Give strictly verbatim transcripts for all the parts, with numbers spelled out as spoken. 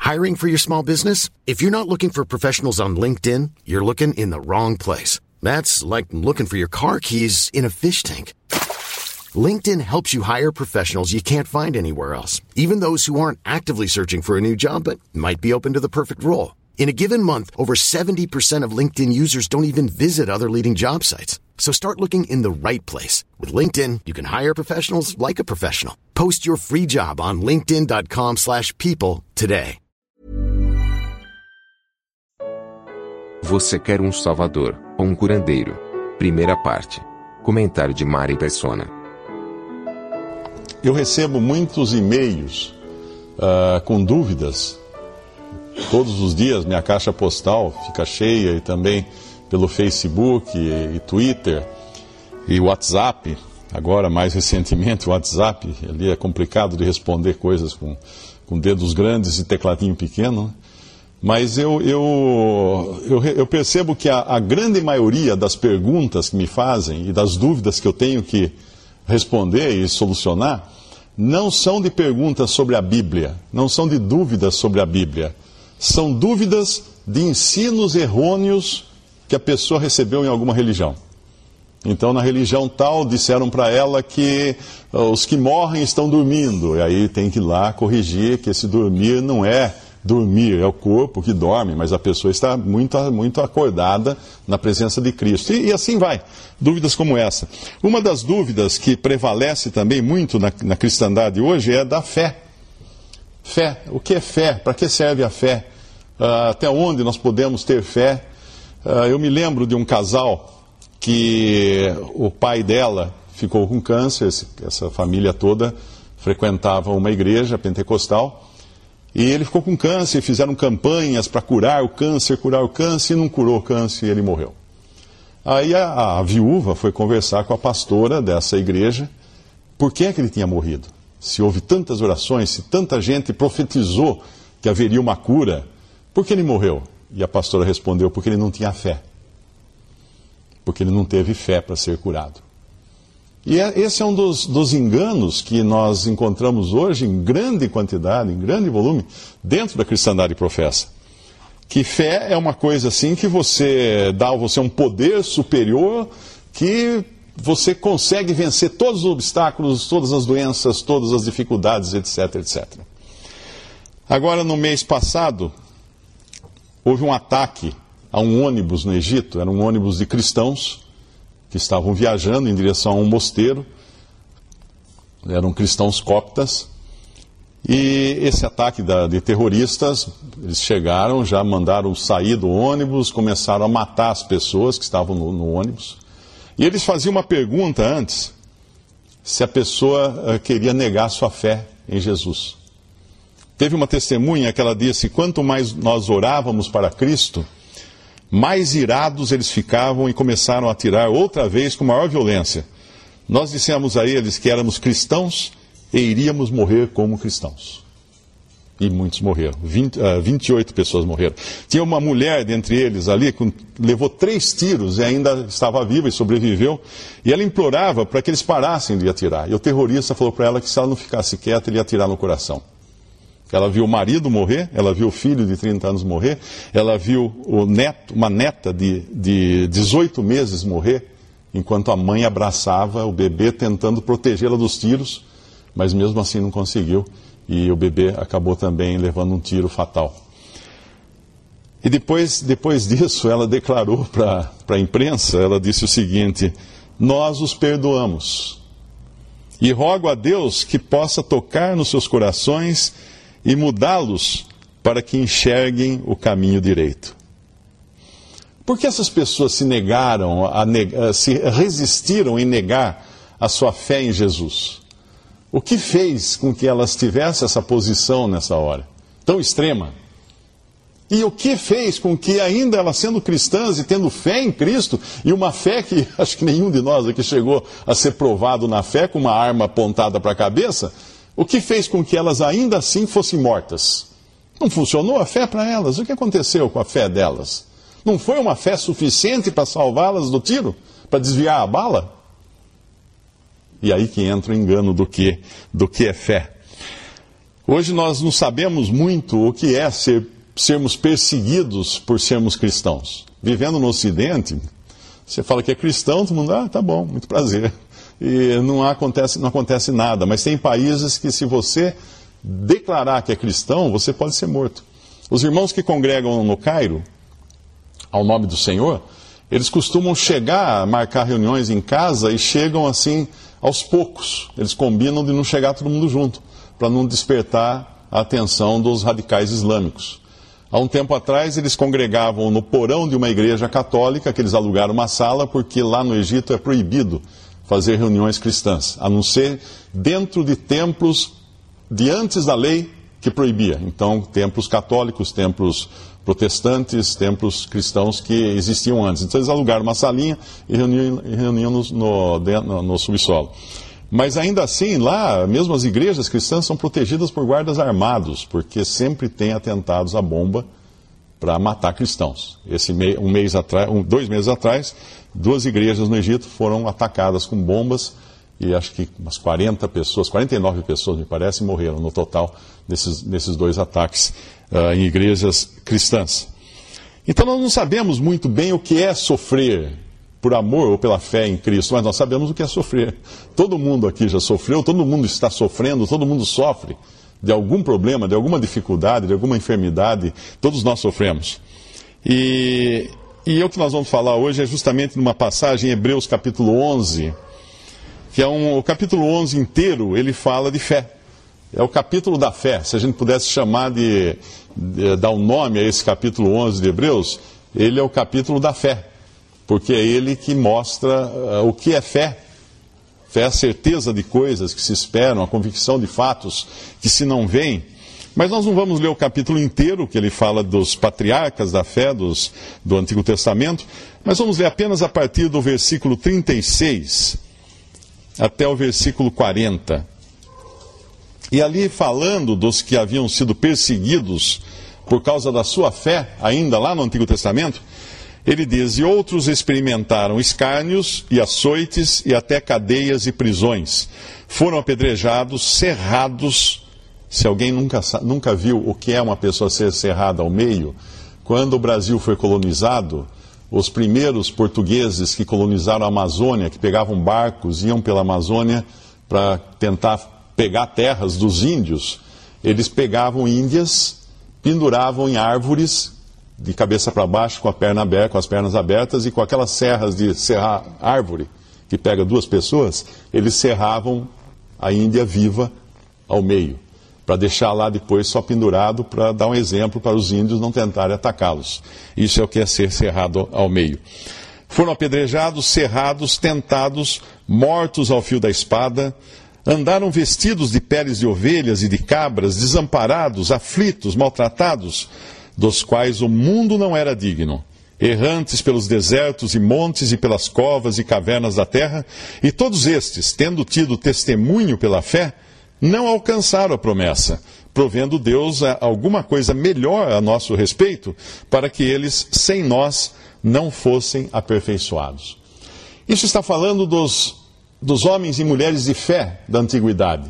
Hiring for your small business? If you're not looking for professionals on LinkedIn, you're looking in the wrong place. That's like looking for your car keys in a fish tank. LinkedIn helps you hire professionals you can't find anywhere else, even those who aren't actively searching for a new job but might be open to the perfect role. In a given month, over seventy percent of LinkedIn users don't even visit other leading job sites. So start looking in the right place. With LinkedIn, you can hire professionals like a professional. Post your free job on linkedin dot com slash people today. Você quer um salvador, ou um curandeiro? Primeira parte. Comentário de Mari Persona. Eu recebo muitos e-mails uh, com dúvidas. Todos os dias minha caixa postal fica cheia, e também pelo Facebook e, e Twitter e WhatsApp. Agora, mais recentemente, o WhatsApp, ali é complicado de responder coisas com, com dedos grandes e tecladinho pequeno. Mas eu, eu, eu, eu percebo que a, a grande maioria das perguntas que me fazem e das dúvidas que eu tenho que responder e solucionar não são de perguntas sobre a Bíblia, não são de dúvidas sobre a Bíblia. São dúvidas de ensinos errôneos que a pessoa recebeu em alguma religião. Então, na religião tal, disseram para ela que uh, os que morrem estão dormindo. E aí tem que ir lá corrigir que esse dormir não é dormir, é o corpo que dorme, mas a pessoa está muito, muito acordada na presença de Cristo. E, e assim vai. Dúvidas como essa. Uma das dúvidas que prevalece também muito na, na cristandade hoje é da fé. Fé. O que é fé? Para que serve a fé? Uh, até onde nós podemos ter fé? Uh, eu me lembro de um casal que o pai dela ficou com câncer, essa família toda frequentava uma igreja pentecostal, e ele ficou com câncer, fizeram campanhas para curar o câncer, curar o câncer, e não curou o câncer e ele morreu. Aí a, a viúva foi conversar com a pastora dessa igreja, por que é que ele tinha morrido? Se houve tantas orações, se tanta gente profetizou que haveria uma cura, por que ele morreu? E a pastora respondeu, porque ele não tinha fé. Porque ele não teve fé para ser curado. E é, esse é um dos, dos enganos que nós encontramos hoje em grande quantidade, em grande volume, dentro da cristandade professa. Que fé é uma coisa assim que você dá a você um poder superior que você consegue vencer todos os obstáculos, todas as doenças, todas as dificuldades, etc, etcétera. Agora, no mês passado, houve um ataque a um ônibus no Egito, era um ônibus de cristãos que estavam viajando em direção a um mosteiro, eram cristãos coptas, e esse ataque da, de terroristas, eles chegaram, já mandaram sair do ônibus, começaram a matar as pessoas que estavam no, no ônibus, e eles faziam uma pergunta antes, se a pessoa uh, queria negar sua fé em Jesus. Teve uma testemunha que ela disse, quanto mais nós orávamos para Cristo, mais irados eles ficavam e começaram a atirar outra vez com maior violência. Nós dissemos a eles que éramos cristãos e iríamos morrer como cristãos. E muitos morreram. vinte, uh, vinte e oito pessoas morreram. Tinha uma mulher dentre eles ali que levou três tiros e ainda estava viva e sobreviveu. E ela implorava para que eles parassem de atirar. E o terrorista falou para ela que se ela não ficasse quieta, ele ia atirar no coração. Ela viu o marido morrer, ela viu o filho de trinta anos morrer, ela viu o neto, uma neta de, de dezoito meses morrer, enquanto a mãe abraçava o bebê tentando protegê-la dos tiros, mas mesmo assim não conseguiu, e o bebê acabou também levando um tiro fatal. E depois, depois disso, ela declarou para a imprensa, ela disse o seguinte, nós os perdoamos, e rogo a Deus que possa tocar nos seus corações e mudá-los para que enxerguem o caminho direito. Por que essas pessoas se negaram, a neg- se resistiram em negar a sua fé em Jesus? O que fez com que elas tivessem essa posição nessa hora, tão extrema? E o que fez com que, ainda elas sendo cristãs e tendo fé em Cristo, e uma fé que acho que nenhum de nós aqui chegou a ser provado na fé com uma arma apontada para a cabeça, o que fez com que elas ainda assim fossem mortas? Não funcionou a fé para elas. O que aconteceu com a fé delas? Não foi uma fé suficiente para salvá-las do tiro? Para desviar a bala? E aí que entra o engano do que, do que é fé. Hoje nós não sabemos muito o que é ser, sermos perseguidos por sermos cristãos. Vivendo no Ocidente, você fala que é cristão, todo mundo, ah, tá bom, muito prazer. E não acontece, não acontece nada. Mas tem países que, se você declarar que é cristão, você pode ser morto. Os irmãos que congregam no Cairo, ao nome do Senhor, eles costumam chegar a marcar reuniões em casa e chegam assim aos poucos. Eles combinam de não chegar todo mundo junto, para não despertar a atenção dos radicais islâmicos. Há um tempo atrás, eles congregavam no porão de uma igreja católica, que eles alugaram uma sala, porque lá no Egito é proibido fazer reuniões cristãs, a não ser dentro de templos de antes da lei que proibia. Então, templos católicos, templos protestantes, templos cristãos que existiam antes. Então, eles alugaram uma salinha e reuniam, reuniam no, no, no, no subsolo. Mas ainda assim, lá, mesmo as igrejas cristãs são protegidas por guardas armados, porque sempre tem atentados à bomba para matar cristãos. Esse mei, um mês atrás, um, dois meses atrás, duas igrejas no Egito foram atacadas com bombas e acho que umas quarenta pessoas, quarenta e nove pessoas, me parece, morreram no total nesses, nesses dois ataques uh, em igrejas cristãs. Então nós não sabemos muito bem o que é sofrer por amor ou pela fé em Cristo, mas nós sabemos o que é sofrer. Todo mundo aqui já sofreu, todo mundo está sofrendo, todo mundo sofre de algum problema, de alguma dificuldade, de alguma enfermidade, todos nós sofremos. E, e o que nós vamos falar hoje é justamente numa passagem em Hebreus capítulo onze, que é um, o capítulo onze inteiro, ele fala de fé. É o capítulo da fé. Se a gente pudesse chamar de, de dar um nome a esse capítulo onze de Hebreus, ele é o capítulo da fé, porque é ele que mostra uh, o que é fé. Fé é a certeza de coisas que se esperam, a convicção de fatos que se não veem. Mas nós não vamos ler o capítulo inteiro, que ele fala dos patriarcas da fé dos, do Antigo Testamento, mas vamos ler apenas a partir do versículo trinta e seis até o versículo quarenta. E ali, falando dos que haviam sido perseguidos por causa da sua fé, ainda lá no Antigo Testamento, ele diz: e outros experimentaram escárnios e açoites e até cadeias e prisões. Foram apedrejados, serrados. Se alguém nunca, nunca viu o que é uma pessoa ser serrada ao meio, quando o Brasil foi colonizado, os primeiros portugueses que colonizaram a Amazônia, que pegavam barcos, iam pela Amazônia para tentar pegar terras dos índios, eles pegavam índias, penduravam em árvores, de cabeça para baixo, com a perna aberta, com as pernas abertas, e com aquelas serras de serrar árvore, que pega duas pessoas, eles serravam a Índia viva ao meio, para deixar lá depois só pendurado, para dar um exemplo para os índios não tentarem atacá-los. Isso é o que é ser serrado ao meio. Foram apedrejados, serrados, tentados, mortos ao fio da espada, andaram vestidos de peles de ovelhas e de cabras, desamparados, aflitos, maltratados, dos quais o mundo não era digno, errantes pelos desertos e montes e pelas covas e cavernas da terra, e todos estes, tendo tido testemunho pela fé, não alcançaram a promessa, provendo Deus alguma coisa melhor a nosso respeito, para que eles, sem nós, não fossem aperfeiçoados. Isso está falando dos, dos homens e mulheres de fé da antiguidade.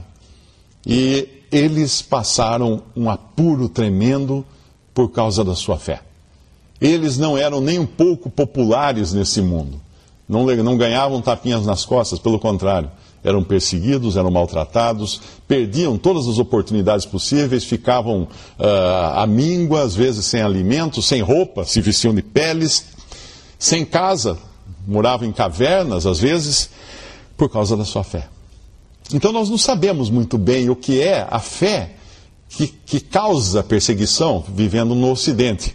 E eles passaram um apuro tremendo por causa da sua fé. Eles não eram nem um pouco populares nesse mundo. Não, não ganhavam tapinhas nas costas, pelo contrário. Eram perseguidos, eram maltratados, perdiam todas as oportunidades possíveis, ficavam uh, à míngua, às vezes sem alimento, sem roupa, se vestiam de peles, sem casa, moravam em cavernas, às vezes, por causa da sua fé. Então nós não sabemos muito bem o que é a fé que, que causa perseguição vivendo no Ocidente.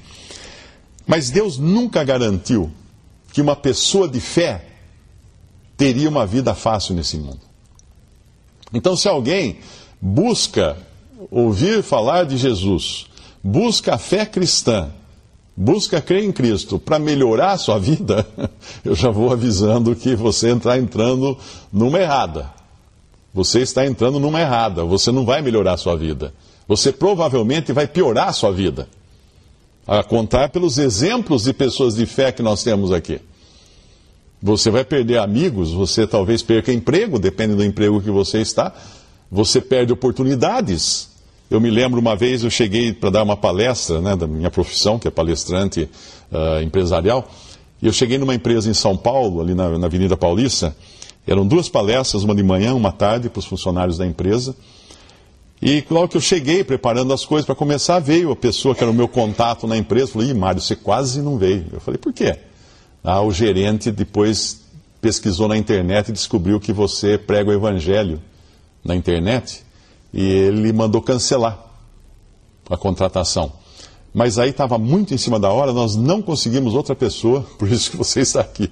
Mas Deus nunca garantiu que uma pessoa de fé teria uma vida fácil nesse mundo. Então, se alguém busca ouvir falar de Jesus, busca a fé cristã, busca crer em Cristo para melhorar a sua vida, eu já vou avisando que você está entrando numa errada. Você está entrando numa errada, você não vai melhorar a sua vida. Você provavelmente vai piorar a sua vida. A contar pelos exemplos de pessoas de fé que nós temos aqui. Você vai perder amigos, você talvez perca emprego, depende do emprego que você está. Você perde oportunidades. Eu me lembro uma vez, eu cheguei para dar uma palestra, né, da minha profissão, que é palestrante uh, empresarial, e eu cheguei numa empresa em São Paulo, ali na, na Avenida Paulista. Eram duas palestras, uma de manhã, uma tarde, para os funcionários da empresa. E logo que eu cheguei, preparando as coisas para começar, veio a pessoa que era o meu contato na empresa, falou: ih, Mário, você quase não veio. Eu falei: por quê? Ah, o gerente depois pesquisou na internet e descobriu que você prega o evangelho na internet, e ele mandou cancelar a contratação. Mas aí estava muito em cima da hora, nós não conseguimos outra pessoa, por isso que você está aqui.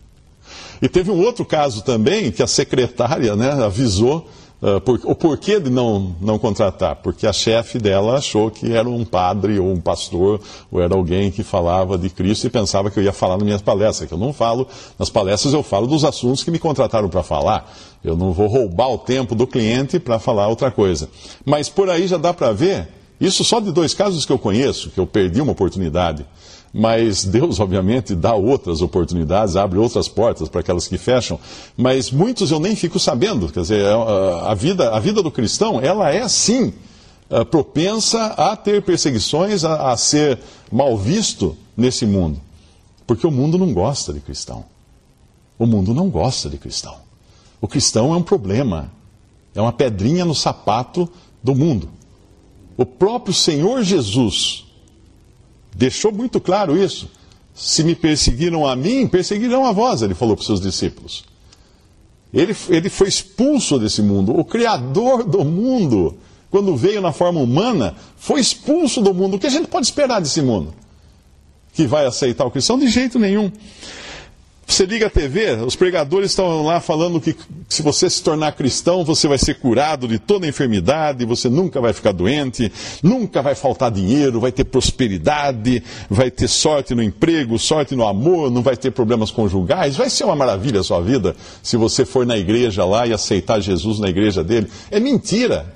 E teve um outro caso também, que a secretária, né, avisou uh, por, o porquê de não, não contratar. Porque a chefe dela achou que era um padre ou um pastor, ou era alguém que falava de Cristo e pensava que eu ia falar nas minhas palestras. Que eu não falo, nas palestras eu falo dos assuntos que me contrataram para falar. Eu não vou roubar o tempo do cliente para falar outra coisa. Mas por aí já dá para ver, isso só de dois casos que eu conheço, que eu perdi uma oportunidade. Mas Deus, obviamente, dá outras oportunidades, abre outras portas para aquelas que fecham. Mas muitos eu nem fico sabendo. Quer dizer, a vida, a vida do cristão, ela é sim propensa a ter perseguições, a, a ser mal visto nesse mundo. Porque o mundo não gosta de cristão. O mundo não gosta de cristão. O cristão é um problema. É uma pedrinha no sapato do mundo. O próprio Senhor Jesus deixou muito claro isso. Se me perseguiram a mim, perseguirão a vós, ele falou para os seus discípulos. Ele, ele foi expulso desse mundo. O Criador do mundo, quando veio na forma humana, foi expulso do mundo. O que a gente pode esperar desse mundo? Que vai aceitar o cristão? De jeito nenhum. Você liga a T V, os pregadores estão lá falando que se você se tornar cristão, você vai ser curado de toda enfermidade, você nunca vai ficar doente, nunca vai faltar dinheiro, vai ter prosperidade, vai ter sorte no emprego, sorte no amor, não vai ter problemas conjugais, vai ser uma maravilha a sua vida se você for na igreja lá e aceitar Jesus na igreja dele. É mentira.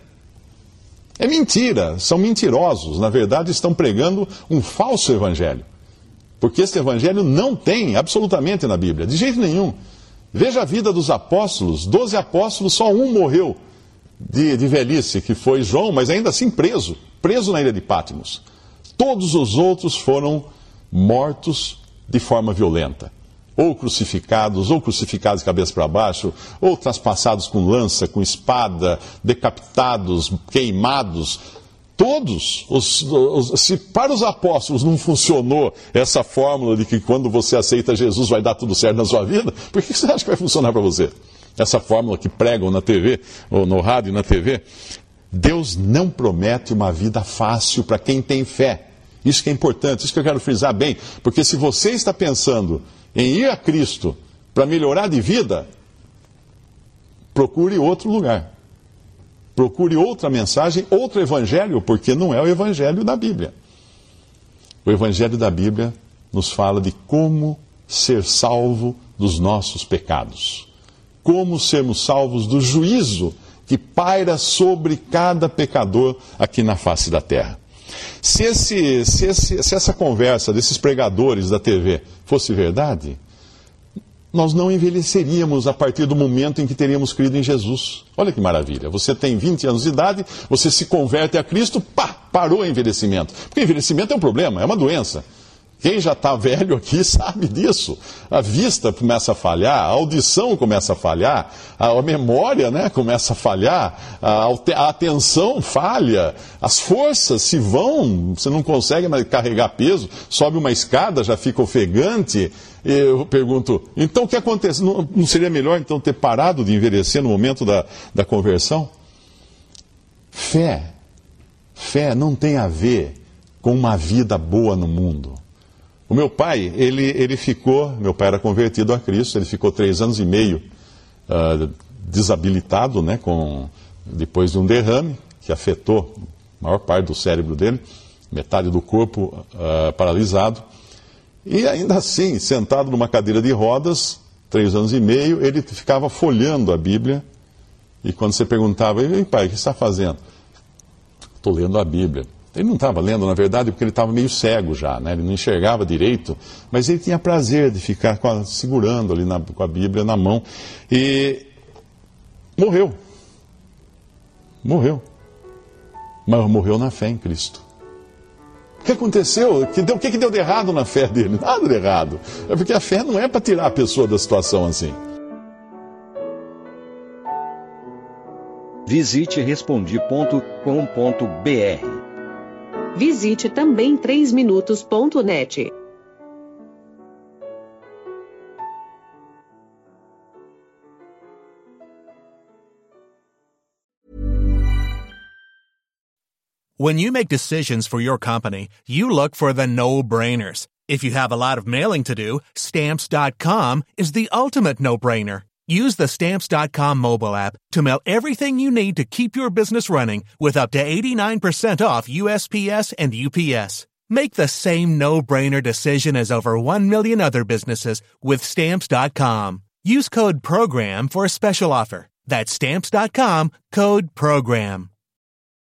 É mentira. São mentirosos. Na verdade, estão pregando um falso evangelho. Porque esse evangelho não tem absolutamente na Bíblia, de jeito nenhum. Veja a vida dos apóstolos, doze apóstolos, só um morreu de, de velhice, que foi João, mas ainda assim preso, preso na ilha de Patmos. Todos os outros foram mortos de forma violenta, ou crucificados, ou crucificados de cabeça para baixo, ou traspassados com lança, com espada, decapitados, queimados. Todos, os, os, se para os apóstolos não funcionou essa fórmula de que quando você aceita Jesus vai dar tudo certo na sua vida, por que você acha que vai funcionar para você? Essa fórmula que pregam na T V, ou no rádio e na T V. Deus não promete uma vida fácil para quem tem fé. Isso que é importante, isso que eu quero frisar bem. Porque se você está pensando em ir a Cristo para melhorar de vida, procure outro lugar. Procure outra mensagem, outro evangelho, porque não é o evangelho da Bíblia. O evangelho da Bíblia nos fala de como ser salvo dos nossos pecados. Como sermos salvos do juízo que paira sobre cada pecador aqui na face da terra. Se, esse, se, esse, se essa conversa desses pregadores da T V fosse verdade, nós não envelheceríamos a partir do momento em que teríamos crido em Jesus. Olha que maravilha. Você tem vinte anos de idade, você se converte a Cristo, pá, parou o envelhecimento. Porque envelhecimento é um problema, é uma doença. Quem já está velho aqui sabe disso. A vista começa a falhar, a audição começa a falhar, a memória, né, começa a falhar, a atenção falha, as forças se vão, você não consegue mais carregar peso, sobe uma escada, já fica ofegante. Eu pergunto, então o que acontece? Não, não seria melhor então ter parado de envelhecer no momento da, da conversão? Fé, fé não tem a ver com uma vida boa no mundo. O meu pai, ele, ele ficou, meu pai era convertido a Cristo, ele ficou três anos e meio uh, desabilitado, né, com, depois de um derrame que afetou a maior parte do cérebro dele, metade do corpo uh, paralisado. E ainda assim, sentado numa cadeira de rodas, três anos e meio, ele ficava folheando a Bíblia. E quando você perguntava, ei, pai, o que você está fazendo? Estou lendo a Bíblia. Ele não estava lendo, na verdade, porque ele estava meio cego já, né? Ele não enxergava direito, mas ele tinha prazer de ficar com a, segurando ali na, com a Bíblia na mão. E morreu. Morreu. mas morreu na fé em Cristo. O que aconteceu? O que deu, o que deu de errado na fé dele? Nada de errado. É porque a fé não é para tirar a pessoa da situação assim. Visite respondi ponto com ponto br. Visite também três minutos ponto net. When you make decisions for your company, you look for the no-brainers. If you have a lot of mailing to do, Stamps dot com is the ultimate no-brainer. Use the Stamps dot com mobile app to mail everything you need to keep your business running with up to eighty-nine percent off U S P S and U P S. Make the same no-brainer decision as over one million other businesses with Stamps dot com. Use code PROGRAM for a special offer. That's Stamps dot com, code PROGRAM.